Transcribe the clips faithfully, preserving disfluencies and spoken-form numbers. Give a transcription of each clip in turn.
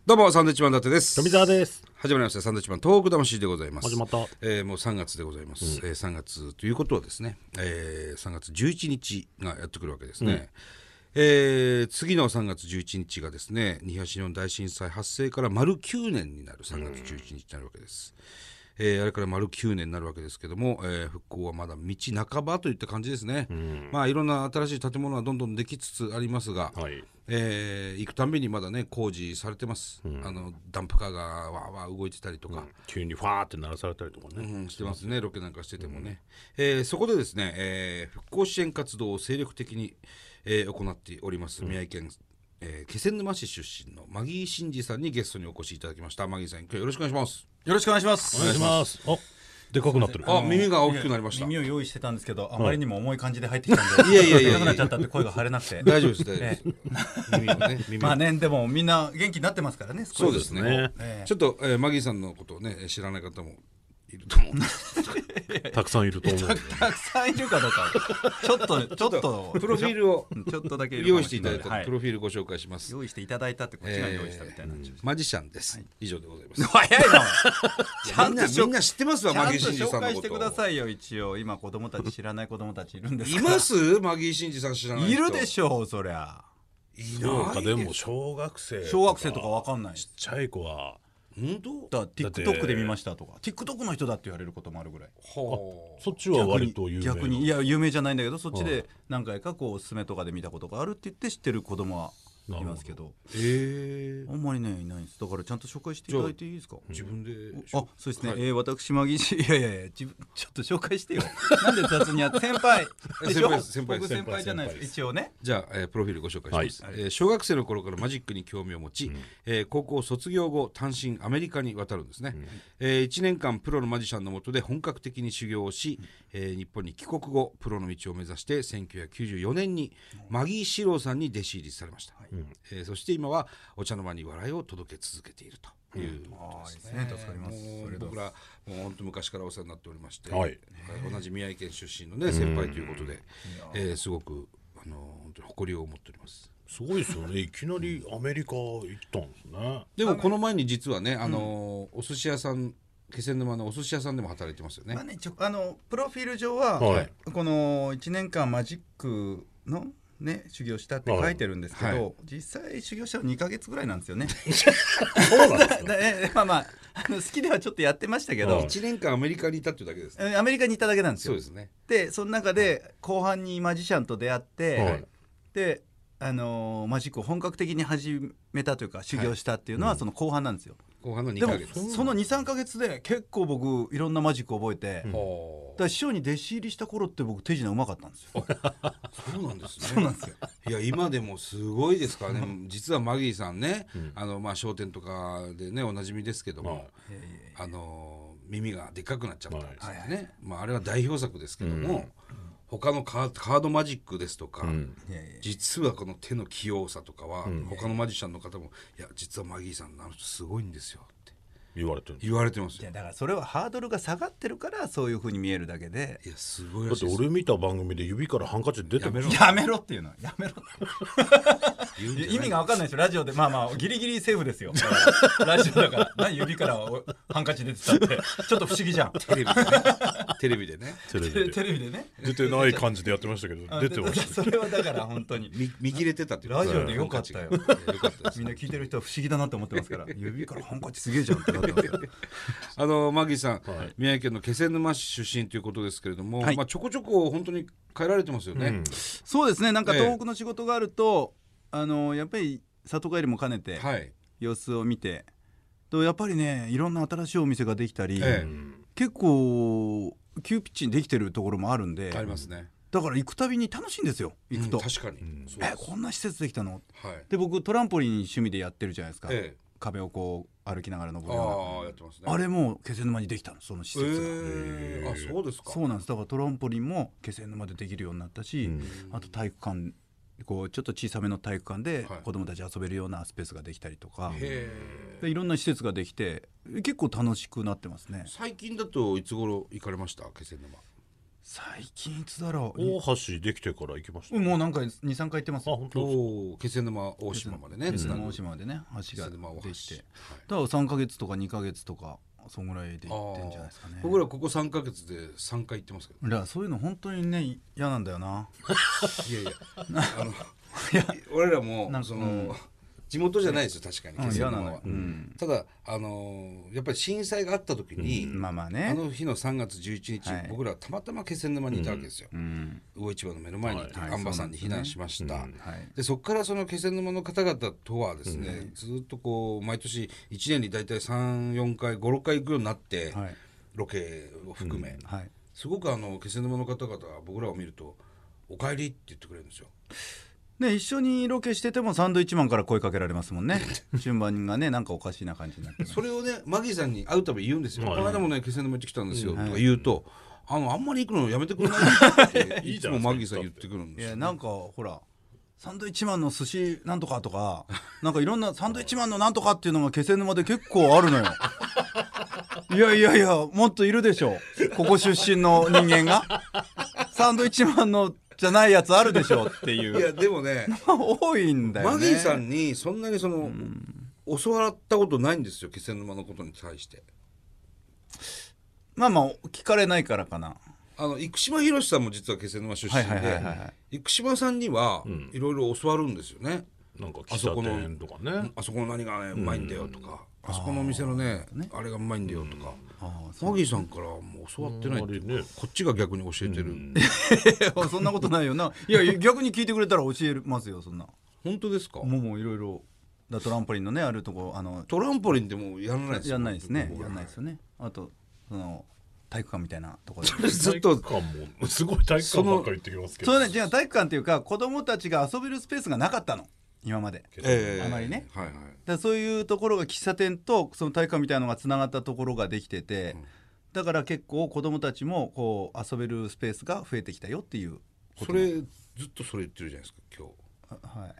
どうもサンドウィッチマン伊達です。 富澤です。 始まりましたサンドウィッチマントーク魂でございます。 始まった、 えー、もうさんがつでございます、うんえー、さんがつということはですね、えー、さんがつじゅういちにちがやってくるわけですね、うんえー、次のさんがつじゅういちにちがですね東日本大震災発生から丸きゅうねんになるさんがつじゅういちにちになるわけです、うんえー、あれから丸きゅうねんになるわけですけども、えー、復興はまだ道半ばといった感じですね、うん、まあいろんな新しい建物はどんどんできつつありますが、はいえー、行くたんびにまだね工事されてます、うん、あのダンプカーがわーわー動いてたりとか、うん、 急にファーって鳴らされたりとかね、 うん、してますねロケなんかしててもね、うんえー、そこでですね、えー、復興支援活動を精力的に、えー、行っております、うん、宮城県、えー、気仙沼市出身のマギー真司さんにゲストにお越しいただきました。マギーさん今日よろしくお願いします。 よろしくお願いします。 お願いします。あでかくなってる。 あ耳が大きくなりました。 耳を用意してたんですけどあまりにも重い感じで入ってきたんで、 いやいやいやでかくなっちゃったって声が張れなくて大丈夫です大丈夫です、ええ、耳をね耳をまあねでもみんな元気になってますからね。 そうですね、ええ、ちょっと、えー、マギーさんのことをね知らない方もいると思うたくさんいると思うた, たくさんいるかどうかちょっとちょっとプロフィールをちょっとだけ用意していただいた、はい、プロフィールご紹介します。 用意していただいたってこっちが用意したみたいな、えー、 マジシャンです、はい、以上でございます。 早いなちゃんとみんな知ってますわマギー真司さんのこと。 紹介してくださいよ。一応今子供たち知らない子供たちいるんですか。 いますマギー真司さん知らない人いるでしょうそりゃ。 いないでも小学生小学生とかわかんない。 ちっちゃい子は本当だ TikTok で見ましたとか TikTok の人だって言われることもあるぐらい。 はあ、そっちは割と有名。 逆にいや有名じゃないんだけどそっちで何回かこうおすすめとかで見たことがあるって言って知ってる子供はいますけど、 えー、 あんまりねいないんです。だからちゃんと紹介していただいていいですか。 自分であそうですね、はいえー、私マギーいやいやいや自分ちょっと紹介してよなんで雑にやって先輩でしょ。 先輩僕先輩じゃないですか一応ね。 じゃあ、えー、プロフィールご紹介します、はいえー、小学生の頃からマジックに興味を持ち、うんえー、高校卒業後単身アメリカに渡るんですね、うんえー、いちねんかんプロのマジシャンの下で本格的に修行をし、うんえー、日本に帰国後プロの道を目指してせんきゅうひゃくきゅうじゅうよねんにマギー四郎さんに弟子入りされました、うんえー、そして今はお茶の間に笑いを届け続けているということですね、うん、あーいいですね。助かります。僕らもう本当昔からお世話になっておりまして、はい、同じ宮城県出身の、ね、先輩ということで、えー、すごくあの本当に誇りを持っております。 すごいですよねいきなりアメリカ行ったんですね。 でもこの前に実はねあの、うん、お寿司屋さん気仙沼のお寿司屋さんでも働いてますよね。 まあねちょあのプロフィール上は、はい、このいちねんかんマジックのね、修行したって書いてるんですけど、はい、実際修行したのにかげつぐらいなんですよねそうなんですかまあまああの好きではちょっとやってましたけど、 いちねんかんアメリカにいたっていうだけですね。 アメリカにいただけなんですよ。 そうですね。 でその中で後半にマジシャンと出会って、はい、であのー、マジックを本格的に始めたというか修行したっていうのはその後半なんですよ、 はい、後半のにかげつ。 でもその にさんかげつで結構僕いろんなマジック覚えて、うん、だから師匠に弟子入りした頃って僕手品うまかったんですよそうなんですね。 そうなんですよ。 いや今でもすごいですからね実はマギーさんね、うん、あのまあ商店とかでねおなじみですけども、はい、あの耳がでっかくなっちゃったんですよね、はいはいまあ、あれは代表作ですけども、うん他のカードマジックですとか、うん、実はこの手の器用さとかは、うん、他のマジシャンの方もいや実はマギーさんあの人すごいんですよって言われてる言われてますよ。 いやだからそれはハードルが下がってるからそういう風に見えるだけで。 いやすごいらしいです。だって俺見た番組で指からハンカチ出てる。やめろっていうのやめろ意味が分かんないですよラジオで。まあまあギリギリセーフですよラジオだから何指からハンカチ出てたってちょっと不思議じゃんテレビでねテレビでねテレビでテレビでね出てない感じでやってましたけど出てました。 それはだから本当に見, 見切れてたっていうラジオでよかったよ。よかったですみんな聞いてる人は不思議だなって思ってますから指からハンカチすげえじゃんってなってますよあのマギーさん、はい、宮城県の気仙沼市出身ということですけれども、はいまあ、ちょこちょこ本当に帰られてますよね、うん、 そうですね。なんか東北の仕事があると、ええ、あのやっぱり里帰りも兼ねて様子を見て、はい、とやっぱりねいろんな新しいお店ができたり、ええ、結構急ピッチにできてるところもあるんで。 ありますね。 だから行くたびに楽しいんですよ行くと、 うん、確かに、うん、 えこんな施設できたの、はい、で僕トランポリン趣味でやってるじゃないですか、ええ、壁をこう歩きながら登るような あ, やってます、ね、あれも気仙沼にできたのその施設が、 えー、あそうですか。 そうなんです。だからトランポリンも気仙沼でできるようになったし、うん、あと体育館こうちょっと小さめの体育館で子どもたち遊べるようなスペースができたりとか、はい、でいろんな施設ができて結構楽しくなってますね。 最近だといつ頃行かれました気仙沼。 最近いつだろう。 大橋できてから行きました、 もうなんか にさんかい行ってますよ。 あ本当気仙沼大島までね、 気仙沼大島までね橋ができて、 はい、 だからさんかげつとかにかげつとかそんぐらいで行ってんじゃないですかね。 僕らここさんかげつでさんかい行ってますけど、 いやそういうの本当にね嫌なんだよな。 いやいやあのいや俺らもその、うん地元じゃないですよ確かに気仙沼は、うん、ただあのー、やっぱり震災があった時に、うんまあまあね、あの日のさんがつじゅういちにち、はい、僕らはたまたま気仙沼にいたわけですよ、うん、魚市場の目の前に安波山に避難しました、はい、でそこからその気仙沼の方々とはですね、うん、ずっとこう毎年いちねんに大体さん、よんかいご、ろっかい行くようになって、はい、ロケを含め、うんはい、すごくあの気仙沼の方々は僕らを見るとお帰りって言ってくれるんですよ。 ね、一緒にロケしててもサンドイッチマンから声かけられますもんね順番がねなんかおかしいな感じになってそれをねマギーさんに会うたび言うんですよ、はい、この間もね気仙沼行ってきたんですよ、うん、とか言うと、はい、あのあんまり行くのやめてくれないっていつもマギーさん言ってくるんですよ、ね、 いやなんかほらサンドイッチマンの寿司なんとかとかなんかいろんなサンドイッチマンのなんとかっていうのが気仙沼で結構あるのよいやいやいやもっといるでしょここ出身の人間がサンドイッチマンのじゃないやつあるでしょっていう。 いやでもね多いんだよね。 マギーさんにそんなにその、うん、教わったことないんですよ気仙沼のことに対して。 まあまあ聞かれないからかな。 あの生島博さんも実は気仙沼出身で、はいはいはいはい、生島さんにはいろいろ教わるんですよね、 うん、なんか喫茶店とかねあそこの何がねうまいんだよとか、うん、あそこのお店のね あ, ねあれがうまいんだよとか、うん、マギーさんからもう教わってないっていうか、ね、こっちが逆に教えてる、うん、 そんなことないよないや逆に聞いてくれたら教えますよそんな。 本当ですか。 もうもういろいろだトランポリンのねあるとこあのトランポリンってもうやらないですよ。 やらないですねやらないですよね。あとその体育館みたいなところでずっと体育館もすごい体育館ばっかり行ってきますけど、 そうね、じゃあ体育館っていうか子供たちが遊べるスペースがなかったの今まで、えー、あまりね、はいはい、だからそういうところが喫茶店とその体育館みたいなのがつながったところができてて、うん、だから結構子供たちもこう遊べるスペースが増えてきたよっていうこと。 それずっとそれ言ってるじゃないですか今日。はい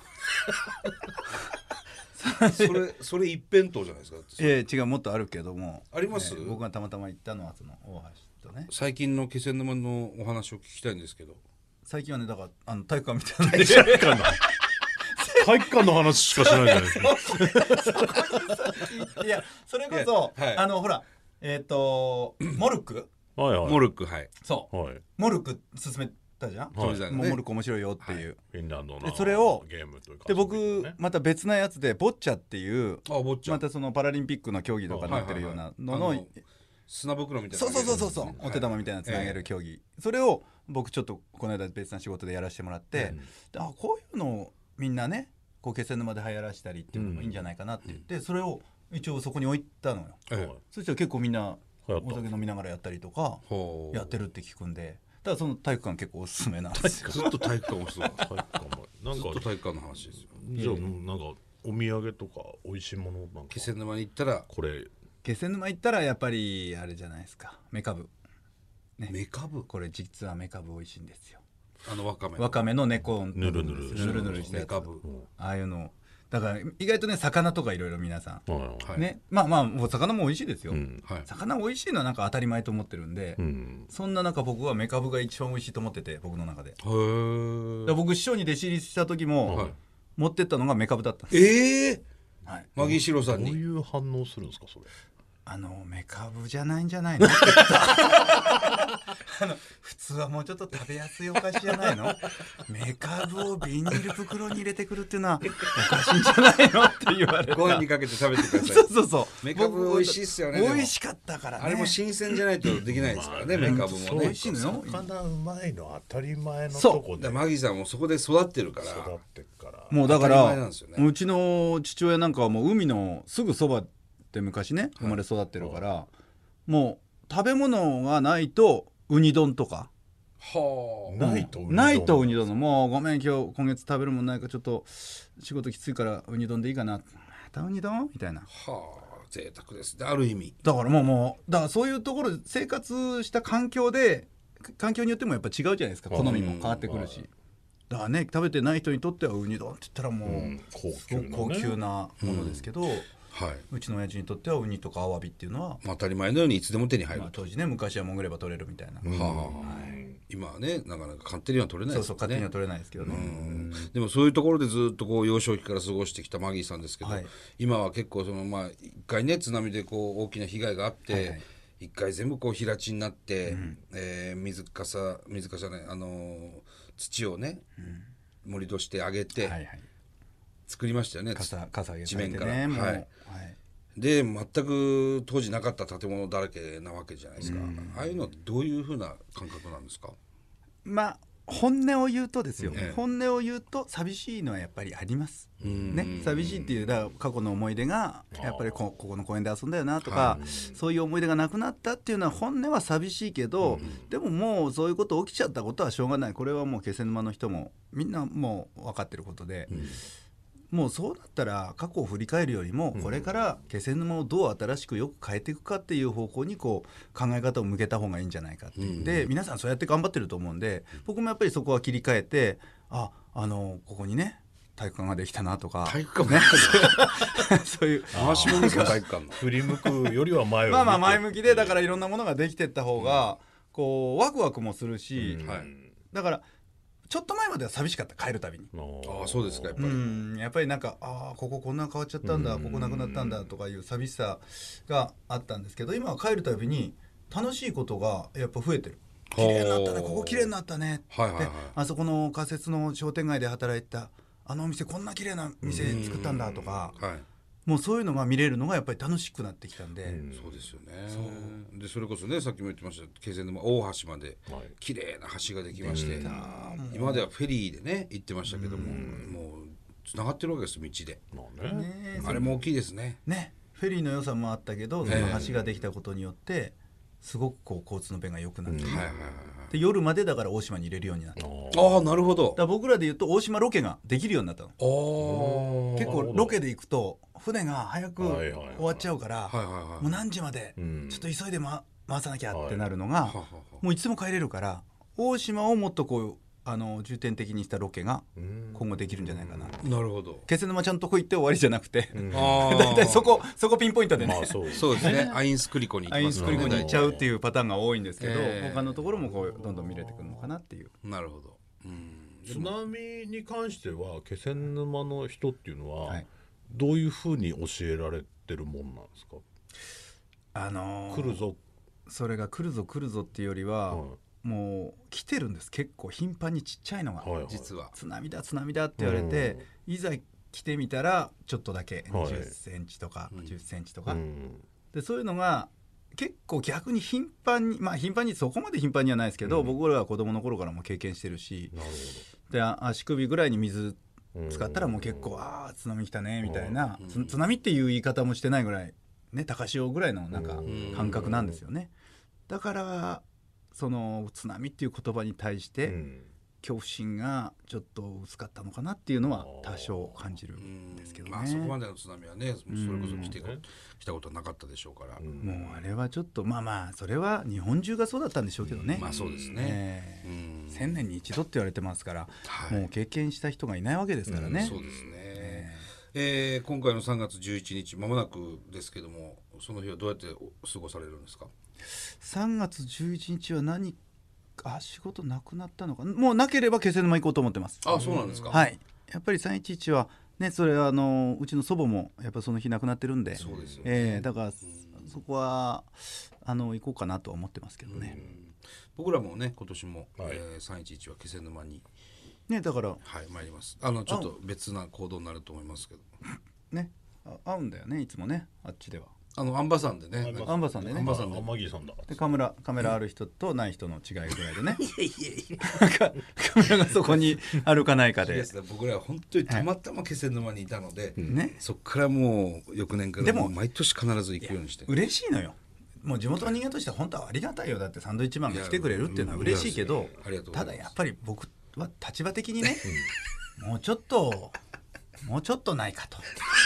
それそれ一辺倒じゃないですか。 えー、違うもっとあるけどもあります、 えー、僕がたまたま行ったのはその大橋とね。 最近の気仙沼のお話を聞きたいんですけど。 最近はねだからあの体育館みたいな体育館の体育館の話しかしないじゃないですかいやそれこそ、はい、あのほらえっ、ー、とモルックはいはいモルックはいそう、はい、モルック勧めたじゃん、はい、もうモルック面白いよっていう、はい、 フィンランドのそれをゲームというかで僕また別なやつでボッチャっていうあボッチャまたそのパラリンピックの競技とかになってるようなのの、はいはいはい、 砂袋みたいなそうそうそうそうそう、はい、お手玉みたいなつなげる競技、えー、それを僕ちょっとこの間別な仕事でやらせてもらって、うん、あこういうのをみんなねこう気仙沼で流行らしたりっていうのもいいんじゃないかなって言って、うん、それを一応そこに置いたのよ、えー、そしたら結構みんなお酒飲みながらやったりとかやってるって聞くんでただその体育館結構おすすめなんですよ。 ずっと体育館おすすめ体育館もなんかずっと体育館の話ですよ。 じゃあなんかお土産とか美味しいものなんか気仙沼に行ったらこれ気仙沼行ったらやっぱりあれじゃないですかメカブ、 ね、メカブこれ実はメカブ美味しいんですよ。 あのわかめわかめの猫をぬるぬるぬるぬるしたやつメカブ、 ああいうのだから意外とね魚とかいろいろ皆さん、 はいね、まあまあもう魚も美味しいですよ、うんはい、魚美味しいのはなんか当たり前と思ってるんで、うん、そんな中僕はメカブが一番美味しいと思ってて僕の中で。へー僕師匠に弟子入りした時も、はい、持ってったのがメカブだったんです。 えーはい、マギーシロさんにどういう反応するんですかそれ。 あのメカブじゃないんじゃないのあの普通はもうちょっと食べやすいお菓子じゃないのメカブをビニール袋に入れてくるっていうのはおかしいんじゃないのって言われてご飯にかけて食べてくださいそうそうそうメカブ美味しいっすよね。 美味しかったからねあれも新鮮じゃないとできないですからね、メカブもね美味しいのよ。 魚うまいの当たり前のとこでマギーさんもそこで育ってるから育ってるからもうだから、ね、うちの父親なんかはもう海のすぐそばで昔ね生まれ育ってるから、はい、もう食べ物がないとウニ丼とかはあ、ないとウニ丼ないとウニ丼のもうごめん今日今月食べるもんないからちょっと仕事きついからウニ丼でいいかなまたウニ丼みたいな。 はあ贅沢ですねある意味。 だからもうもうだからそういうところで生活した環境で環境によってもやっぱ違うじゃないですか好みも変わってくるし、だからね食べてない人にとってはウニ丼って言ったらもう、うん、 高級な、ね、 高級なものですけど、うんはい、 うちの親父にとってはウニとかアワビっていうのは、 まあ、当たり前のようにいつでも手に入る、まあ、 当時ね昔は潜れば取れるみたいな、うんはあはい、今はねなかなか勝手には取れないですね。 そうそう勝手には取れないですけどね、うん、 でもそういうところでずっとこう幼少期から過ごしてきたマギーさんですけど、はい、今は結構そのまあ一回ね津波でこう大きな被害があって、はいはい、一回全部こう平地になって、うんえー、水かさ水かさねあのー、土をね、うん、盛り土してあげて、はいはい、作りましたよね。 傘傘上げ地面から、 ね、 はいはい、で全く当時なかった建物だらけなわけじゃないですか、うん、ああいうのはどういうふうな感覚なんですか。 まあ本音を言うとですよ、ね、本音を言うと寂しいのはやっぱりあります、ね、寂しいっていうだから過去の思い出がやっぱり こ, ここの公園で遊んだよなとか、そういう思い出がなくなったっていうのは本音は寂しいけど、でももうそういうこと起きちゃったことはしょうがない。これはもう気仙沼の人もみんなもう分かってることで、うんもうそうだったら過去を振り返るよりもこれから気仙沼をどう新しくよく変えていくかっていう方向にこう考え方を向けた方がいいんじゃないかっていう、うん、で皆さんそうやって頑張ってると思うんで、僕もやっぱりそこは切り替えてああのここにね体育館ができたなとか体育館ねそういう回し物ですか体育館の振り向くよりは前を見てまあまあ前向きでだからいろんなものができていった方がこうワクワクもするし、うんはい、だからちょっと前までは寂しかった帰るたびに。 ああそうですか。やっぱりうんやっぱりなんかあこここんな変わっちゃったんだここなくなったんだとかいう寂しさがあったんですけど、今は帰るたびに楽しいことがやっぱ増えてる。綺麗になったねここ綺麗になったね、はいはいはい、であそこの仮設の商店街で働いたあのお店こんな綺麗な店作ったんだとか、はい、もうそういうのが見れるのがやっぱり楽しくなってきたんで、うん、 そうですよね。そでそれこそねさっきも言ってました気仙沼大橋まで綺麗な橋ができまして、はい、今まではフェリーでね行ってましたけども、うん、もうつながってるわけです道で、まあねね、あれも大きいですね。 ねフェリーの良さもあったけどその橋ができたことによってすごくこう交通の便が良くなって、うんはいはいはい、で夜までだから大島に入れるようになった。 ああなるほど。 だから僕らで言うと大島ロケができるようになったの。あ結構ロケで行くと船が早く終わっちゃうから、はいはいはい、もう何時までちょっと急いで、ま、回さなきゃってなるのが、はい、もういつでも帰れるから大島をもっとこうあの重点的にしたロケが今後できるんじゃないかな。 なるほど。 気仙沼ちゃんとこ行って終わりじゃなくてだいたいそこそこピンポイントでね、まあ、 そうですねアインスクリコに行きますね。アインスクリコに行っちゃうっていうパターンが多いんですけど、えー、他のところもこうどんどん見れてくるのかなっていう。 なるほど。うん津波に関しては気仙沼の人っていうのは、はい、どういうふうに教えられてるもんなんですか。 あのー、 来るぞそれが来るぞ来るぞっていうよりは、はいもう来てるんです。結構頻繁にちっちゃいのが、はいはい、実は津波だ津波だって言われて、うん、いざ来てみたらちょっとだけじゅっセンチとか、はい、じゅっセンチとか、うん、でそういうのが結構逆に頻繁にまあ頻繁にそこまで頻繁にはないですけど、うん、僕らは子供の頃からも経験してるし、なるほど。で足首ぐらいに水使ったらもう結構、うん、あ津波来たねみたいな、うん、津波っていう言い方もしてないぐらいね高潮ぐらいのなんか感覚なんですよね。だからその津波っていう言葉に対して恐怖心がちょっと薄かったのかなっていうのは多少感じるんですけどね。 まあそこまでの津波はねそれこそ来て来たことはなかったでしょうから、 もうあれはちょっとまあまあそれは日本中がそうだったんでしょうけどね。 まあそうですね。 千年に一度って言われてますから、はい、もう経験した人がいないわけですからね。 そうですね。えーえー、今回のさんがつじゅういちにちまもなくですけども、その日はどうやって過ごされるんですか。 さんがつじゅういちにちは何あ仕事なくなったのかもうなければ気仙沼行こうと思ってます。 あそうなんですか。 はいやっぱりさんいちいちはねそれはあのうちの祖母もやっぱその日亡くなってるんで、 そうですよね、 えー、だからそこはあの行こうかなとは思ってますけどね。 僕らもね今年も、はいえー、さんいちいちは気仙沼にねだからはい参ります。あのちょっと別な行動になると思いますけどね会うんだよねいつもねあっちでは。 あのアンバサンでねアンバサンでねアンバサンでマギーさんだでカメラカメラある人とない人の違いぐらいでねいやいやいやカメラがそこにあるかないかで僕らは本当にたまたま気仙沼にいたので、はい、そっからもう翌年からもう毎年必ず行くようにして嬉しいのよ。もう地元の人間としては本当はありがたいよ。だってサンドイッチマンが来てくれるっていうのは嬉しいけど、ただやっぱり僕は立場的にね、うん、もうちょっともうちょっとないかと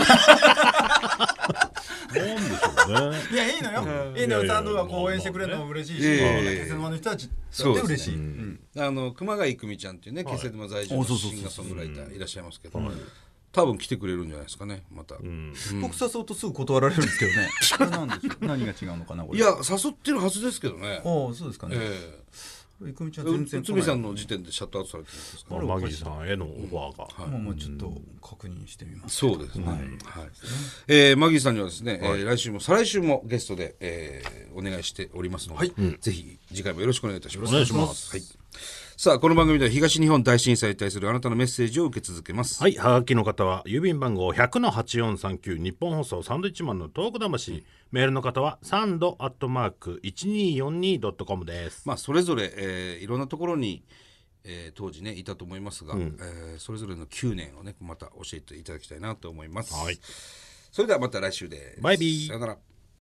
なんでしょうね。 いやいいのよ、うん、いいのよ。サンドが応援してくれるのも嬉しいし、気仙沼の人たちだって嬉しい。あの熊谷久美ちゃんっていうね気仙沼在住のシンガーソングライターいらっしゃいますけど、 多分来てくれるんじゃないですかねまた、 うんうん、僕誘うとすぐ断られるんですけどねこれなんですか何が違うのかなこれ。 いや誘ってるはずですけどね。 ああそうですかね、えー、いくみちゃん全然内海さんの時点でシャットアウトされてるんですか。 マギーさんへのオファーが、 うんはい、もうちょっと確認してみます。 そうですね、はいはいえー、マギーさんにはですね、はいえー、来週も再来週もゲストで、えー、お願いしておりますので、はいうん、ぜひ次回もよろしくお願いいたします。 お願いします、 はいさあこの番組では東日本大震災に対するあなたのメッセージを受け続けます。 はい、はがきの方は郵便番号 ひゃくのはちよんさんきゅう 日本放送サンドイッチマンのトーク魂、うん、メールの方はサンドアットマーク いちにーよんにードットコム です。 まあそれぞれ、えー、いろんなところに、えー、当時ねいたと思いますが、うんえー、それぞれのきゅうねんをねまた教えていただきたいなと思います。はい、それではまた来週です。 バイビー。 さよなら。